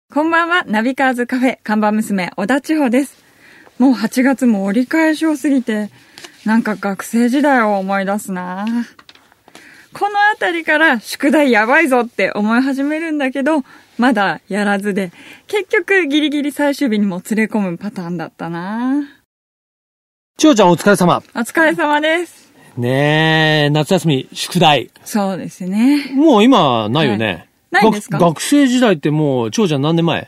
こんばんは、ナビカーズカフェ看板娘小田千穂です。もう8月も折り返しを過ぎて、なんか学生時代を思い出すな。このあたりから宿題やばいぞって思い始めるんだけど、まだやらずで、結局ギリギリ最終日にも連れ込むパターンだったな。 千穂ちゃんお疲れ様。 お疲れ様です。 ねえ、夏休み宿題。 そうですね。 もう今ないよね。はい、 ないですか？ 学生時代ってもう千穂ちゃん何年前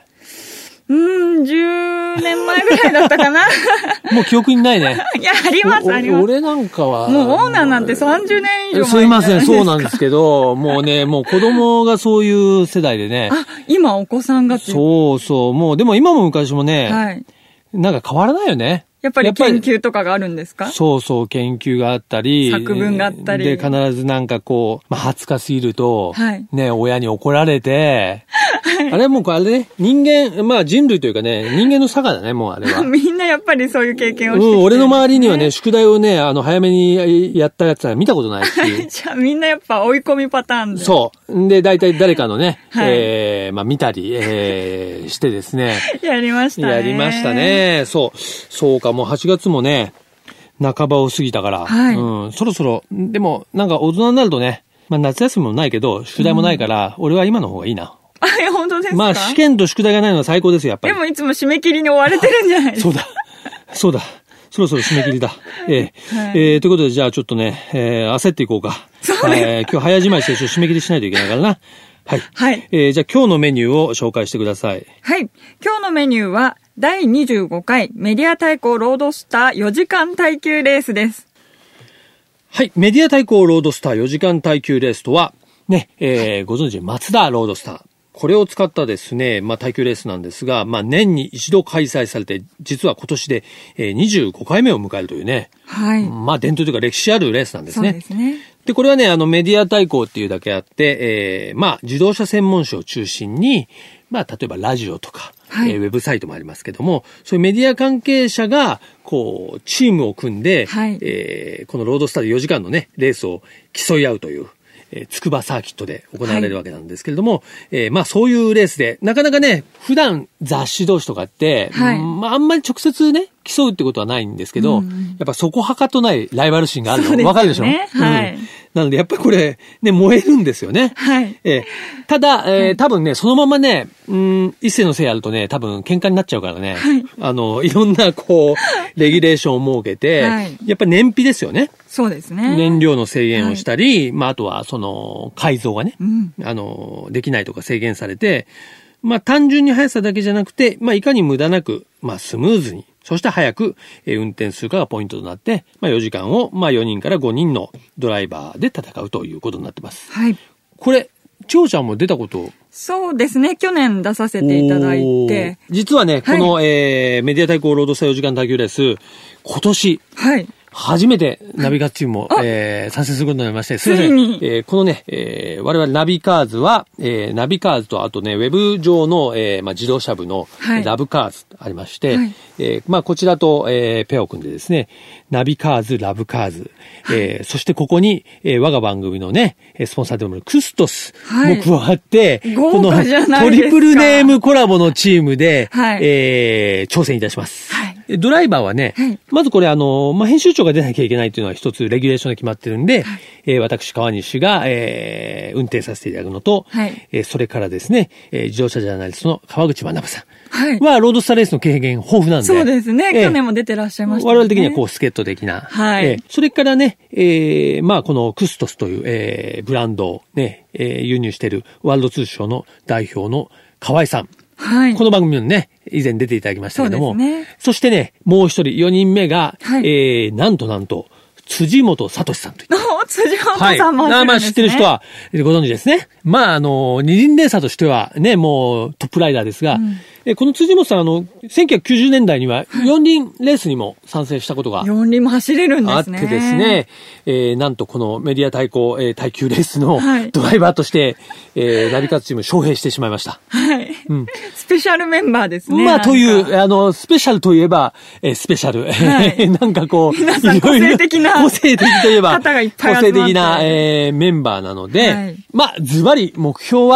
？10年前ぐらいだったかな。 もう記憶にないね。 いや、あります、あります。 俺なんかは。 もうオーナーなんて30年以上前。 すいません、そうなんですけど、もうね、もう子供がそういう世代でね。 あ、今お子さんがそうそう、もう、でも今も昔もね、はい、なんか変わらないよね。 やっぱり研究とかがあるんですか？ そうそう、研究があったり。 作文があったり。 で、必ずなんかこう、20日過ぎると、はい、ね、親に怒られて、はい、あれはもうあれね、人間、まあ人類というかね、人間の差がだね、もうあれは。 みんなやっぱりそういう経験をしてきて、ね。 俺の周りにはね、宿題をね、早めにやったやつは見たことないし。 じゃあみんなやっぱ追い込みパターンで。 そう。で、大体誰かのね、はい、まあ見たり、してですね。 やりましたね。 やりましたね。そう。そうか、もう8月もね、半ばを過ぎたから、はい、そろそろ、でもなんか大人になるとね、まあ夏休みもないけど、宿題もないから、俺は今の方がいいな。 あ、本当ですか？ まあ試験と宿題がないのは最高ですよ、やっぱり。 でもいつも締め切りに追われてるんじゃないですか。 そうだ。そろそろ締め切りだ。ということで、じゃあちょっとね、焦っていこうか。 そうね。 今日早じまいして締め切りしないといけないからな。はい。 はい。 じゃあ今日のメニューを紹介してください。 はい。今日のメニューは、第25回メディア対抗ロードスター4時間耐久レースです。 はい。メディア対抗ロードスター4時間耐久レースとは、ね、ご存知、マツダロードスター。これを使ったですね、まあ耐久レースなんですが、まあ年に一度開催されて、実は今年で25回目を迎えるというね。 はい。 まあ伝統というか歴史あるレースなんですね。 そうですね。 で、これはね、メディア対抗っていうだけあって、まあ自動車専門誌を中心に、まあ例えばラジオとか、はい、ウェブサイトもありますけども、そういうメディア関係者が、こう、チームを組んで、はい、このロードスターで4時間のね、レースを競い合うという、筑波サーキットで行われるわけなんですけれども、はい、まあそういうレースで、なかなかね、普段雑誌同士とかって、はい、まああんまり直接ね、競うってことはないんですけど、やっぱそこはかとないライバル心があるのわかるでしょ？はい。なのでやっぱりこれ、ね、燃えるんですよね。はい。ただ、多分ね、そのままね、一世のせいやるとね、多分喧嘩になっちゃうからね、はい、いろんなこう、レギュレーションを設けて、はい、やっぱり燃費ですよね。 そうですね。 燃料の制限をしたり、はい、まああとはその改造がね、できないとか制限されて、まあ単純に速さだけじゃなくて、まあいかに無駄なく、まあスムーズに、そして早く運転するかがポイントとなって、まあ4時間を、まあ4人から5人のドライバーで戦うということになってます。 はい。 これ、千穂ちゃんも出たこと？ そうですね。去年出させていただいて。 実はね、はい、この、メディア対抗ロードスター4時間耐久レース、今年。はい。初めてナビカーズチームも、参戦することになりまして、すいません。このね、我々ナビカーズは、ナビカーズとあとね、ウェブ上の、まあ、自動車部の、ラブカーズありまして、はい、まあ、こちらと、ペアを組んでですね、ナビカーズ、ラブカーズ、そしてここに、我が番組のね、スポンサーでもあるクストスも加わって、 このトリプルネームコラボのチームで、挑戦いたします。はい、ドライバーはね、まずこれまあ、編集長が出なきゃいけないっていうのは一つレギュレーションで決まってるんで、私、川西が、運転させていただくのと、それからですね、自動車ジャーナリストの川口学さんは、ロードスターレースの経験豊富なんで。 そうですね。去年も出てらっしゃいましたね。 我々的にはこう、助っ人的な。はい。それからね、まあ、このクストスという、ブランドをね、輸入しているワールド通商の代表の河合さん。はい。この番組にね、以前出ていただきましたけども。そうですね。そしてね、もう一人、4人目が、はい、なんと、辻本聡さんといった。 辻本さんも、 はい。まあ知ってる人はご存知ですね。まあ二輪レーサーとしてはね、もうトップライダーですが、この辻本さん1990年代には四輪レースにも参戦したことが、 四輪も走れるんですね。 あってですね、なんとこのメディア対抗、耐久レースのドライバーとして、ナビカーズチーム招聘してしまいました。 はい。スペシャルメンバーですね。 まあという、スペシャルといえば、スペシャル。はい、なんかこう、 皆さん個性的な。 個性的といえば、 方がいっぱい個性的な、メンバーなので、はい、まあ、ズバリ目標は、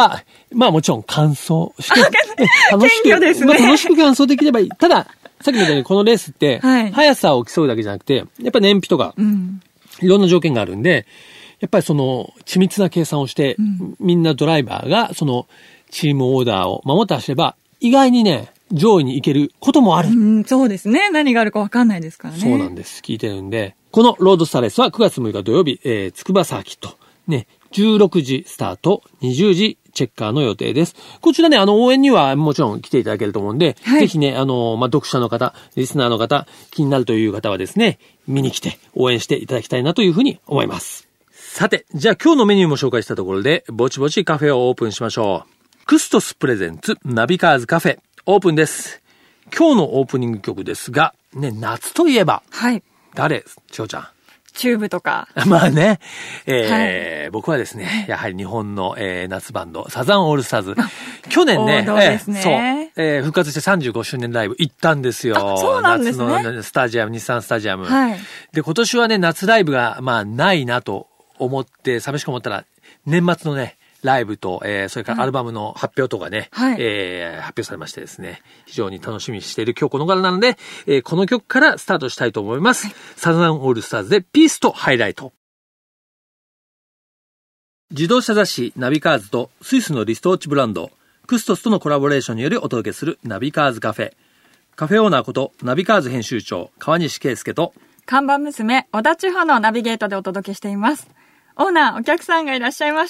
まあもちろん完走して、 謙虚ですね。 楽しく完走できればいい。ただ、さっきみたいにこのレースって、速さを競うだけじゃなくて、やっぱり燃費とか、いろんな条件があるんで、やっぱりその緻密な計算をして、みんなドライバーがそのチームオーダーを守って走れば、意外にね、上位に行けることもある。 そうですね。何があるか分かんないですからね。 そうなんです。聞いてるんで。このロードスターレースは9月6日土曜日、筑波サーキット。ね、16時スタート、20時チェッカーの予定です。こちらね、応援にはもちろん来ていただけると思うんで、ぜひね、読者の方、リスナーの方、気になるという方はですね、見に来て応援していただきたいなというふうに思います。さて、じゃあ今日のメニューも紹介したところで、ぼちぼちカフェをオープンしましょう。クストスプレゼンツナビカーズカフェ。オープンです。今日のオープニング曲ですが、ね、夏といえば、誰、千代ちゃん。 チューブとか。 まあね、僕はですね、やはり日本の、夏バンド、サザンオールスターズ。去年ね、そう、復活して35周年ライブ行ったんですよ。 そうなんですね。 夏のスタジアム、日産スタジアム。で、今年はね、夏ライブが、まあ、ないなと思って、寂しく思ったら、年末のね、ライブと、それからアルバムの発表とかね、発表されましてですね、非常に楽しみにしている今日この頃なので、この曲からスタートしたいと思います。サザンオールスターズでピースとハイライト。自動車雑誌ナビカーズとスイスのリストウォッチブランド、クストスとのコラボレーションによりお届けするナビカーズカフェ。カフェオーナーことナビカーズ編集長、川西圭介と、 看板娘、小田千穂のナビゲートでお届けしています。オーナー、お客さんがいらっしゃいました。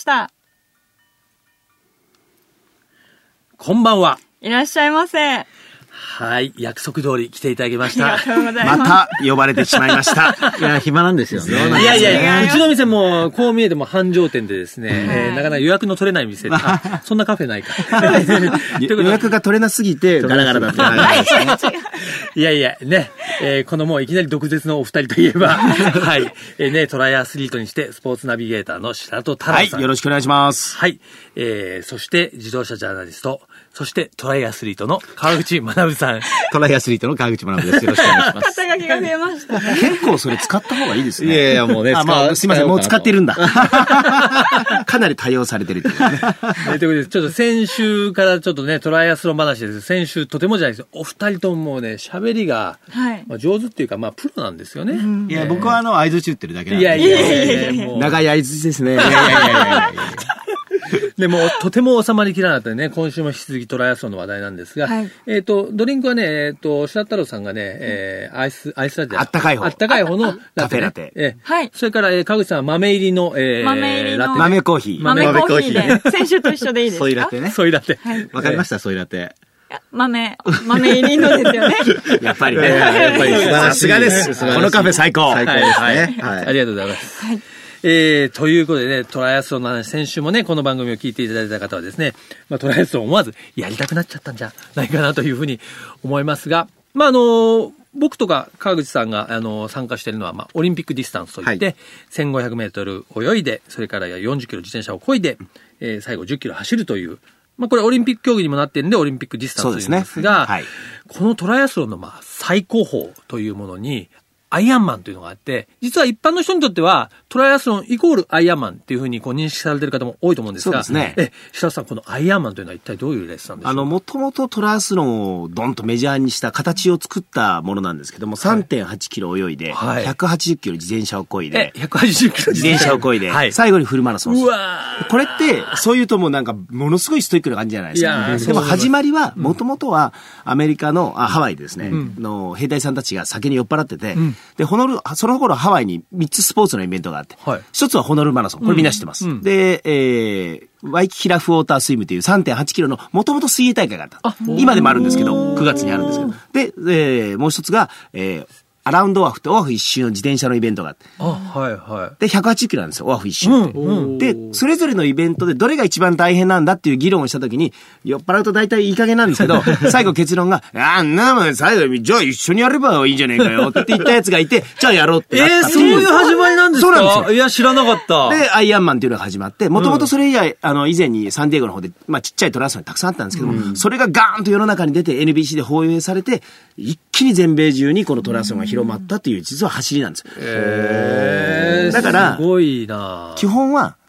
こんばんは。 いらっしゃいませ。 はい。約束通り来ていただきました。 ありがとうございます。 また呼ばれてしまいました。いや、暇なんですよね。 いやいや、うちの店も、こう見えても繁盛店でですね、なかなか予約の取れない店で、そんなカフェないか。 予約が取れなすぎて、ガラガラだった。 いやいや、ね、このもういきなり毒舌のお二人といえば、はい。ね、トライアスリートにして、スポーツナビゲーターの白戸太郎さん。 はい、よろしくお願いします。 はい。そして、自動車ジャーナリスト、そしてトライアスリートの川口学さん。 トライアスリートの川口学です。よろしくお願いします。 肩書きが増えましたね。 結構それ使った方がいいですね。 いやいや、もうね、 すいません、もう使ってるんだ。かなり多用されてるっていうね。 ということで、ちょっと先週からちょっとね、トライアスロン話です。先週とてもじゃないですよ。お二人とももうね、喋りが、上手っていうか、まあ、プロなんですよね。 いや、僕は相槌打ってるだけなんで。 いやいやいや、もう。 長い相槌ですね。いやいやいや。 でも、とても収まりきらなかったね、今週も引き続きトライアスロンの話題なんですが、ドリンクはね、白太郎さんがね、アイスラテ。 あったかい方。 あったかい方のカフェラテ。 それから、川口さんは豆入りの、ラテ。 豆コーヒー。 豆コーヒーで。先週と一緒でいいですか？ ソイラテね。 ソイラテ。 わかりました、ソイラテ。 豆入りのですよね。 やっぱりね。さすがです。このカフェ最高。最高ですね。 ありがとうございます。ということでね、トライアスロンの話、先週もね、この番組を聞いていただいた方はですね、まあ、トライアスロン思わずやりたくなっちゃったんじゃないかなというふうに思いますが、まあ、僕とか川口さんが、参加しているのは、まあ、オリンピックディスタンスといって、1500メートル泳いで、それから40キロ自転車を漕いで、最後10キロ走るという、まあ、これオリンピック競技にもなっているんで、オリンピックディスタンスというんですが、このトライアスロンの、まあ、最高峰というものに、アイアンマンというのがあって、実は一般の人にとっては、トライアスロンイコールアイアンマンっていうふうにこう認識されている方も多いと思うんですが、 そうですね。 白田さん、このアイアンマンというのは一体どういうレースなんでしょうか？ もともとトライアスロンをドンとメジャーにした形を作ったものなんですけども、3.8 キロ泳いで、180キロ自転車を漕いで、 180キロ自転車を漕いで、最後にフルマラソンをする。これって、そういうともうなんか、ものすごいストイックな感じじゃないですか。でも始まりは、もともとはアメリカの、ハワイでですね、の兵隊さんたちが酒に酔っ払ってて、で、その頃ハワイに3つスポーツのイベントがあって、一つはホノルルマラソン。これみんな知ってます。で、ワイキキラフウォータースイムという 3.8 キロのもともと水泳大会があった。今でもあるんですけど、9月にあるんですけど。で、もう一つが、アラウンドオアフってオアフ一周の自転車のイベントがあって。で、180キロなんですよ、オアフ一周って。で、それぞれのイベントでどれが一番大変なんだっていう議論をしたときに、酔っ払うと大体いい加減なんですけど、最後結論が、最後、じゃあ一緒にやればいいんじゃねえかよって言ったやつがいて、じゃあやろうってなったそういう始まりなんですか？そうなんですよ。いや、知らなかった。 で、アイアンマンっていうのが始まって、もともとそれ以外、以前にサンディエゴの方で、まあちっちゃいトライアスロンたくさんあったんですけども、それがガーンと世の中に出て NBC で放映されて、一気に全米中にこのトライアスロンが広まったという実は走りなんですよ。だから、 すごいな。 基本は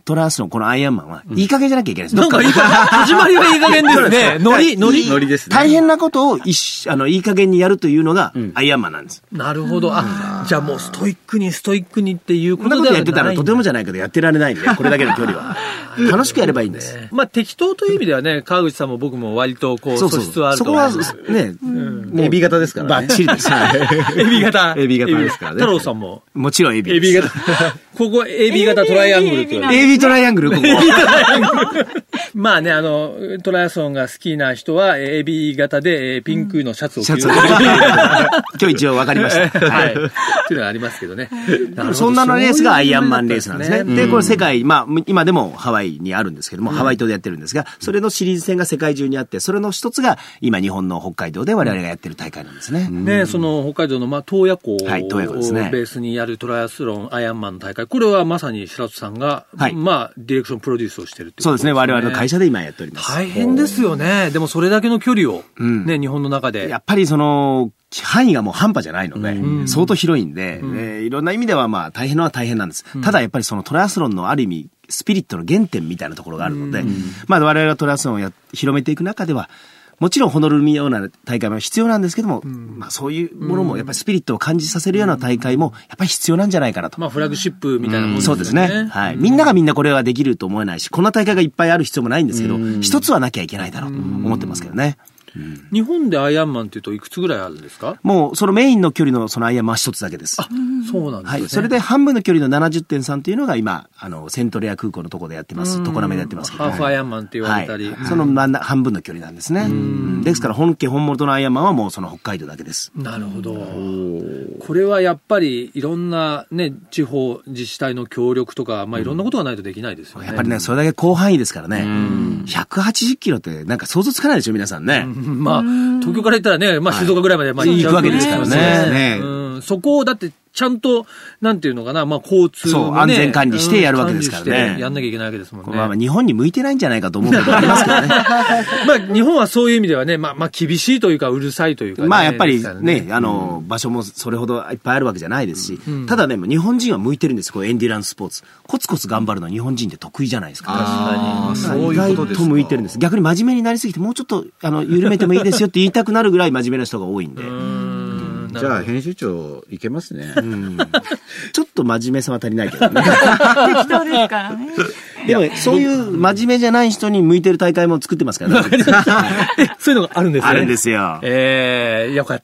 トライアスロン、このアイアンマンは、いい加減じゃなきゃいけないです。 なんか始まりはいい加減ですね。ノリですね。 大変なことをいい加減にやるというのが、アイアンマンなんです。 なるほど。じゃあもうストイックにっていうことではない。 こんなことやってたらとてもじゃないけどやってられないんで、これだけの距離は。楽しくやればいいんです。 まあ適当という意味ではね、川口さんも僕も割とこう素質はあると思うんです。 そこはね、 エビ型ですからね。 バッチリです。 エビ型ですからね。 太郎さんも。 もちろんエビ型。 ここエビ型トライアングルって言われる。 エビトライアングル、ここ。 まあね、トライアスロンが好きな人は、エビ型でピンクのシャツを着る。 今日一応分かりました。 はい。っていうのがありますけどね。 そんなのレースがアイアンマンレースなんですね。で、これ世界、まあ、今でもハワイにあるんですけども、ハワイ島でやってるんですが、それのシリーズ戦が世界中にあって、それの一つが、今日本の北海道で我々がやってる大会なんですね。 ね、その北海道の、まあ、洞爺湖をベースにやるトライアスロン、アイアンマンの大会。これはまさに白戸さんが、まあ、ディレクションプロデュースをしてるっていうことですね。 そうですね。我々の会社で今やっております。 大変ですよね。でもそれだけの距離を、ね、日本の中で。 やっぱり範囲がもう半端じゃないので、相当広いんで、いろんな意味ではまあ大変なのは大変なんです。ただやっぱりそのトライアスロンのある意味、スピリットの原点みたいなところがあるので、まあ我々がトライアスロンを広めていく中では、もちろんホノルルのような大会も必要なんですけども、まあそういうものもやっぱりスピリットを感じさせるような大会もやっぱり必要なんじゃないかなと。 まあフラッグシップみたいなものですね。 そうですね。はい。みんながみんなこれはできると思えないし、こんな大会がいっぱいある必要もないんですけど、一つはなきゃいけないだろうと思ってますけどね。 日本でアイアンマンっていうといくつぐらいあるんですか？ もうそのメインの距離のそのアイアンマンは一つだけです。 そうなんですね。 はい。それで半分の距離の 70.3 というのが今、セントレア空港のところでやってます。常滑でやってますけど、 ハーフアイアンマンって言われたり。 その半分の距離なんですね。ですから本物のアイアンマンはもうその北海道だけです。 なるほど。これはやっぱりいろんなね、地方自治体の協力とか、まあいろんなことがないとできないですよね。 やっぱりね、それだけ広範囲ですからね。180キロってなんか想像つかないでしょ、皆さんね。 まあ、東京から言ったらね、まあ静岡ぐらいまでまあ行くわけですからね。 そこをだってちゃんと、なんていうのかな、まあ交通もね、 安全管理してやるわけですからね。 やんなきゃいけないわけですもんね。 まあ日本に向いてないんじゃないかと思うことありますけどね。 まあ日本はそういう意味ではね、まあ厳しいというかうるさいというかね。 まあやっぱりね、場所もそれほどいっぱいあるわけじゃないですし、ただね、日本人は向いてるんです、こうエンデュランススポーツ。コツコツ頑張るのは日本人って得意じゃないですか。 確かに。 そういうことですか。意外と向いてるんです。逆に真面目になりすぎて、もうちょっと緩めてもいいですよって言いたくなるぐらい真面目な人が多いんで。 じゃあ編集長いけますね。 ちょっと真面目さは足りないけどね。 適当ですからね。 でもそういう真面目じゃない人に向いてる大会も作ってますからね。 そういうのがあるんですね。 あるんですよ。 よかった。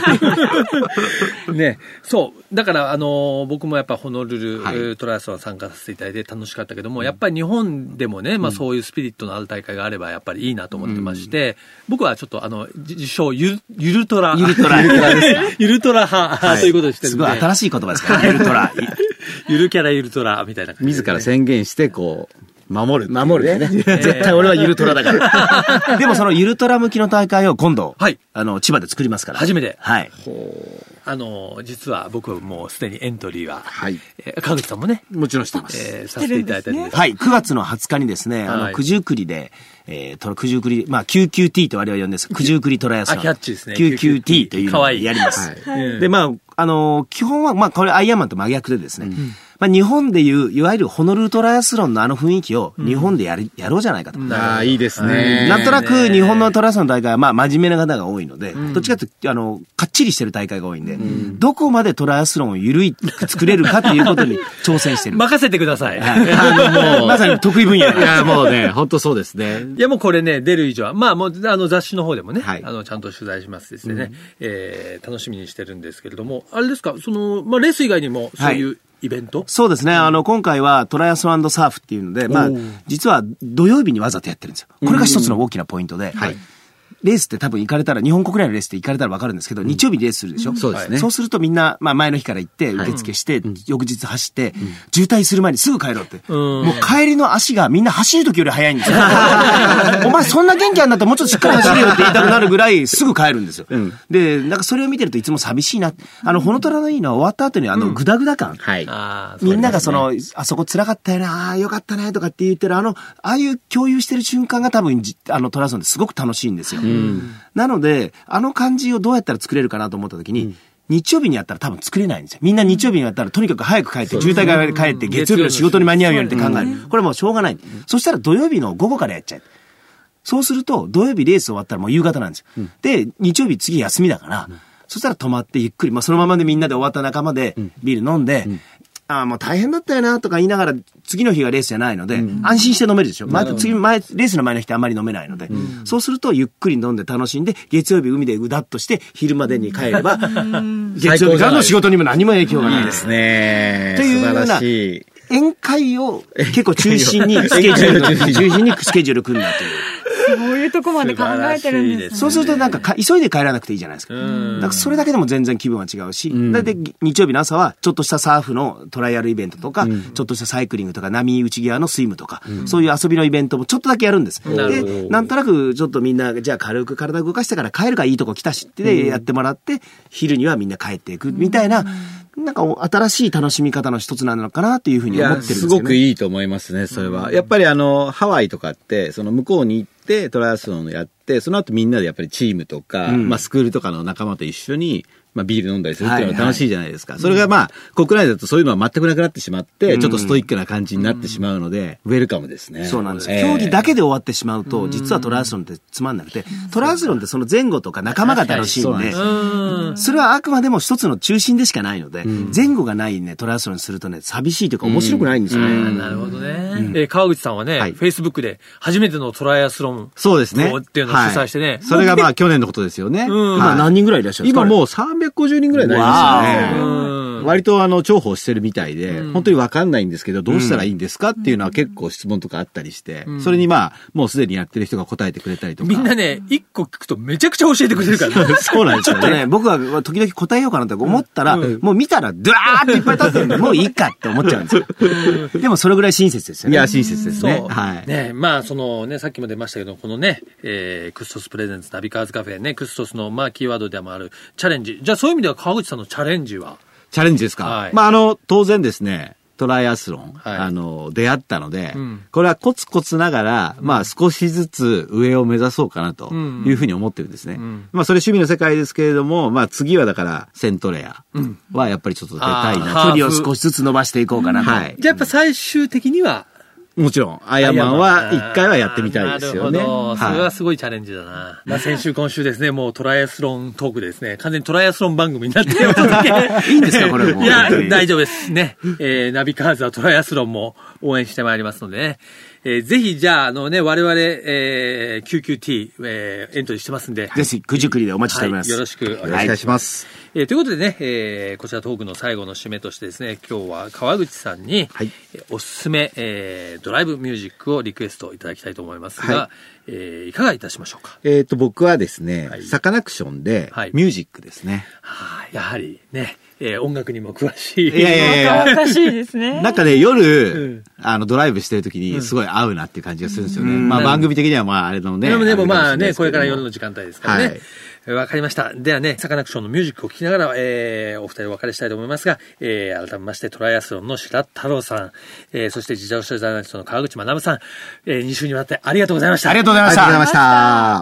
ね、そう。だから僕もやっぱホノルルトライアスロン参加させていただいて楽しかったけども、やっぱり日本でもね、まあそういうスピリットのある大会があればやっぱりいいなと思ってまして、僕はちょっと自称ゆるトラ派ということをしてるんで。 すごい新しい言葉ですから、ゆるトラ。 ゆるキャラゆるトラみたいな感じで、ね。 自ら宣言してこう、守るね。絶対俺はゆるトラだから。でもそのゆるトラ向きの大会を今度、千葉で作りますから。 初めて。 はい。 実は僕はもうすでにエントリーは、川口さんもね。 もちろんしてます。 させていただいたりです。 はい。9月の20日にですね、九十九里で、九十九里、まあ QQT と我々は呼んでるんです。九十九里トライアスロン。 キャッチですね。 QQT というのをやります。で、まあ、基本は、まあこれアイアンマンと真逆でですね、まあ日本でいう、いわゆるホノルルトライアスロンの雰囲気を日本でやろうじゃないかと。 ああ、いいですね。 なんとなく日本のトライアスロンの大会はまあ真面目な方が多いので、どっちかというと、かっちりしてる大会が多いんで、どこまでトライアスロンを緩く作れるかということに挑戦してる。 任せてください。 もうまさに得意分野。 いや、もうね、本当そうですね。 いや、もうこれね、出る以上は、まあもう雑誌の方でもね、ちゃんと取材しますですね、楽しみにしてるんですけれども、あれですか、まあレース以外にもそういう、イベント？ そうですね。今回はトライアスロン&サーフっていうので、まあ、実は土曜日にわざとやってるんですよ。これが一つの大きなポイントで、レースって多分行かれたら、日本国内のレースって行かれたら分かるんですけど、日曜日にレースするでしょ？ そうですね。 そうするとみんな、まあ前の日から行って、受付して、翌日走って、渋滞する前にすぐ帰ろうって。もう帰りの足がみんな走る時より速いんですよ。お前そんな元気あんだったらもうちょっとしっかり走れよって言いたくなるぐらいすぐ帰るんですよ。で、なんかそれを見てるといつも寂しいな。ホノトラのいいのは終わった後にグダグダ感。みんながあそこ辛かったよな、ああよかったねとかって言ってるああいう共有してる瞬間が多分トライアスロンってすごく楽しいんですよ。なので、感じをどうやったら作れるかなと思った時に、 日曜日にやったら多分作れないんですよ。みんな日曜日にやったらとにかく早く帰って、渋滞が帰って、月曜日の仕事に間に合うようにって考える。これもうしょうがない。そしたら土曜日の午後からやっちゃう。そうすると、土曜日レース終わったらもう夕方なんですよ。で、日曜日次休みだから、そしたら泊まってゆっくり、そのままでみんなで終わった仲間でビール飲んで、もう大変だったよなとか言いながら、次の日がレースじゃないので、安心して飲めるでしょ。レースの前の日ってあんまり飲めないので、そうするとゆっくり飲んで楽しんで、月曜日海でうだっとして昼までに帰れば、月曜日からの仕事にも何も影響がないですね。というような、宴会を結構中心にスケジュール組んだという。 そういうとこまで考えてるんですね。 そうするとなんか急いで帰らなくていいじゃないですか。だからそれだけでも全然気分は違うし、だいたい日曜日の朝はちょっとしたサーフのトライアルイベントとか、ちょっとしたサイクリングとか波打ち際のスイムとか、そういう遊びのイベントもちょっとだけやるんです。で、なんとなくちょっとみんな、じゃあ軽く体を動かしてから帰るからいいとこ来たしってやってもらって、昼にはみんな帰っていくみたいな、なんか新しい楽しみ方の一つなのかなっていうふうに思ってるんですよね。 すごくいいと思いますね、それは。やっぱりハワイとかって、その向こうに行ってトライアスロンをやって、その後みんなでやっぱりチームとか、スクールとかの仲間と一緒に、ビール飲んだりするっていうのは楽しいじゃないですか。それが国内だとそういうのは全くなくなってしまって、ちょっとストイックな感じになってしまうので、ウェルカムですね。 そうなんです。競技だけで終わってしまうと、実はトライアスロンってつまんなくて、トライアスロンってその前後とか仲間が楽しいんで、それはあくまでも一つの中心でしかないので、前後がないね、トライアスロンするとね、寂しいというか面白くないんですよね。 なるほどね。川口さんはね、Facebook で初めてのトライアスロンそうですね。 っていうのを主催してね。 それが去年のことですよね。 今何人ぐらいいらっしゃるんですか？ 今もう350人ぐらいになりましたね。割と重宝してるみたいで、本当にわかんないんですけど、どうしたらいいんですかっていうのは結構質問とかあったりして、それにもうすでにやってる人が答えてくれたりとか。 みんなね、一個聞くとめちゃくちゃ教えてくれるからね。 そうなんですよね。ちょっとね、僕は時々答えようかなと思ったら、もう見たらドワーっていっぱい立ってるんで、もういいかって思っちゃうんですよ。でもそれぐらい親切ですよね。 いや、親切ですね。 はい。ね、さっきも出ましたけど、このね、クストスプレゼンツナビカーズカフェね、クストスのキーワードでもあるチャレンジ。じゃあそういう意味では川口さんのチャレンジは？ チャレンジですか？はい。当然ですね、トライアスロン、出会ったので、これはコツコツながら、少しずつ上を目指そうかなというふうに思ってるんですね。それ趣味の世界ですけれども、次はだからセントレアはやっぱりちょっと出たいな。 距離を少しずつ伸ばしていこうかなと。 はい。じゃあやっぱ最終的には、 もちろん、アイアンマンは一回はやってみたいですよね。 なるほど。それはすごいチャレンジだな。先週今週ですね、もうトライアスロントークですね。完全にトライアスロン番組になってお届け。 いいんですか、これも。 いや、大丈夫ですね。ナビカーズはトライアスロンも応援してまいりますのでね。ぜひ、じゃあ、我々、QQT、エントリーしてますんで。 ぜひ、九十九里でお待ちしております。 よろしくお願いします。 ということでね、こちらトークの最後の締めとしてですね、今日は川口さんに、おすすめ、ドライブミュージックをリクエストいただきたいと思いますが、いかがいたしましょうか？ 僕はですね、サカナクションで、ミュージックですね。 やはりね、音楽にも詳しい。 いやおかしいですね。 なんかね、夜、ドライブしてる時にすごい合うなっていう感じがするんですよね。番組的にはあれのね。 でもこれから夜の時間帯ですからね。わかりました。ではね、サカナクションのミュージックを聴きながら、お二人お別れしたいと思いますが、改めましてトライアスロンの白太郎さん、そして自動車ジャーナリストの川口学さん、2週にわたってありがとうございました。 ありがとうございました。 ありがとうございました。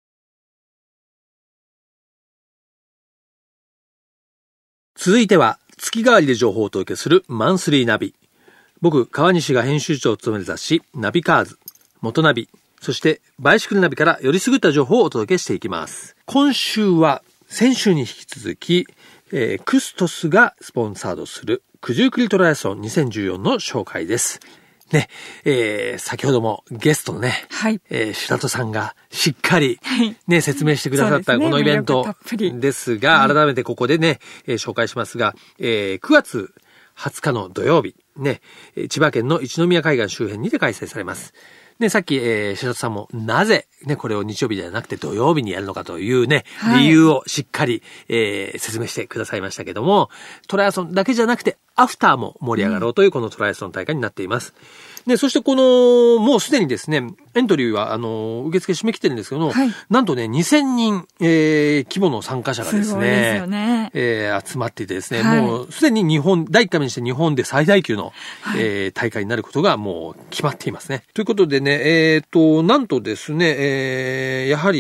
続いては、月替わりで情報をお届けするマンスリーナビ。僕、川西が編集長を務める雑誌、ナビカーズ、元ナビ、そしてバイシクルナビからよりすぐった情報をお届けしていきます。今週は先週に引き続き、クストスがスポンサードする九十九里トライアスロン2014の紹介です。ね、先ほどもゲストのね、白戸さんがしっかりね、説明してくださったこのイベントですが、改めてここでね、紹介しますが、9月20日の土曜日、ね、千葉県の一宮海岸周辺にて開催されます。ね、さっき、白戸さんもなぜね、これを日曜日ではなくて土曜日にやるのかというね、理由をしっかり、説明してくださいましたけども、トライアスロンだけじゃなくて、アフターも盛り上がろうというこのトライアスロン大会になっています。で、そしてこの、もうすでにですね、エントリーは、受付締め切ってるんですけども、なんとね、2000人、規模の参加者がですね、 すごいですよね。 集まっていてですね、もうすでに第1回目にして日本で最大級の、大会になることがもう決まっていますね。ということでね、なんとですね、やはり、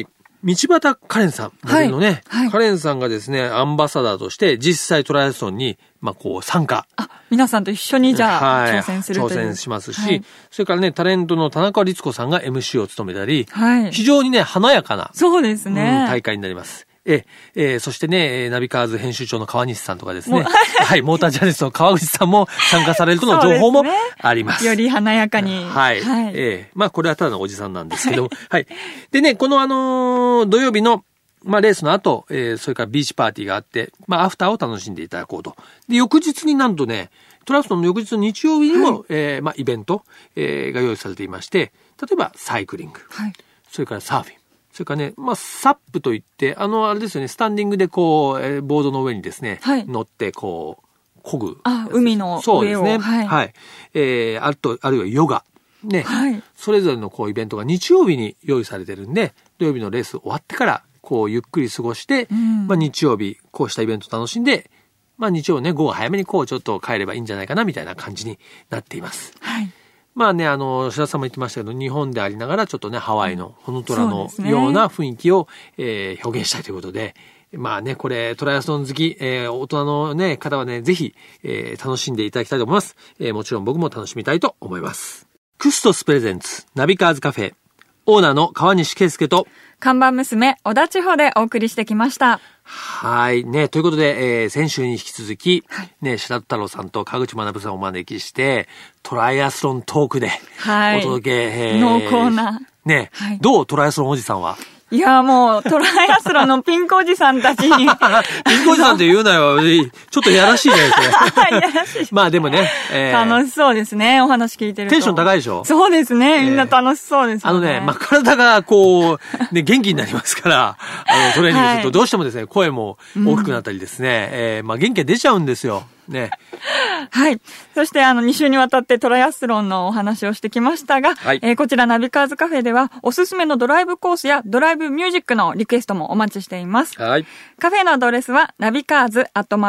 道端カレンさん、モデルのね、カレンさんがですね、アンバサダーとして実際トライアスロンに、参加。 皆さんと一緒にじゃあ、挑戦するという。 挑戦しますし、それからね、タレントの田中律子さんが MC を務めたり、非常にね、華やかな、 そうですね。 大会になります。そしてね、ナビカーズ編集長の川西さんとかですね、モータージャーナリストの川口さんも参加されるとの情報もあります。 より華やかに。 これはただのおじさんなんですけど、でね、この土曜日のレースの後、それからビーチパーティーがあって、アフターを楽しんでいただこうと。で、翌日になんとね、トライアスロンの翌日の日曜日にも、イベント、が用意されていまして、例えばサイクリング、それからサーフィン。それからね、サップといって、あれですよね、スタンディングでボードの上にですね、乗って漕ぐ。 海の上を。 そうですね。あるいはヨガ。ね。それぞれのイベントが日曜日に用意されてるんで、土曜日のレース終わってから、ゆっくり過ごして、日曜日、こうしたイベント楽しんで、日曜ね、午後早めにちょっと帰ればいいんじゃないかな、みたいな感じになっています。白田さんも言ってましたけど、日本でありながらちょっとね、ハワイのホノトラのような雰囲気を、表現したいということで、これ、トライアスロン好き、大人のね、方はね、ぜひ、楽しんでいただきたいと思います。もちろん僕も楽しみたいと思います。クストスプレゼンツ、ナビカーズカフェ、オーナーの川西圭介と、 看板娘、小田千穂でお送りしてきました。 ね、ということで、先週に引き続き、ね、白太郎さんと川口学さんをお招きして、トライアスロントークで、お届け、 濃厚な。 ね、どうトライアスロンおじさんは。 いや、もう、トライアスロンのピンクおじさんたちに。ピンクおじさんって言うなよ。ちょっとやらしいね。 やらしい。 でもね、 楽しそうですね。お話聞いてると。 テンション高いでしょ？ そうですね。みんな楽しそうですね。 体が元気になりますから、トレーニングするとどうしてもですね、声も大きくなったりですね、元気が出ちゃうんですよ。ね。 そして2週にわたってトライアスロンのお話をしてきましたが、こちらナビカーズカフェではおすすめのドライブコースやドライブミュージックのリクエストもお待ちしています。カフェのアドレスはナビカーズ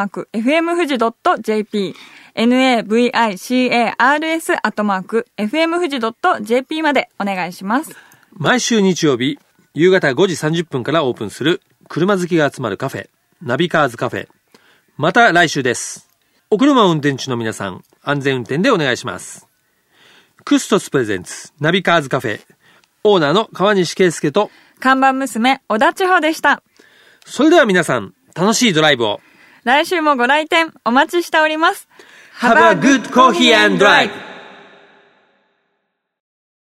@fmfuji.jp navicars@fmfuji.jp までお願いします。 毎週日曜日夕方5時30分からオープンする車好きが集まるカフェ、ナビカーズカフェ。また来週です。お車運転中の皆さん、安全運転でお願いします。クストスプレゼンツナビカーズカフェ、オーナーの川西圭介と看板娘小田千穂でした。 それでは皆さん、楽しいドライブを。 来週もご来店お待ちしております。 Have a good coffee and drive!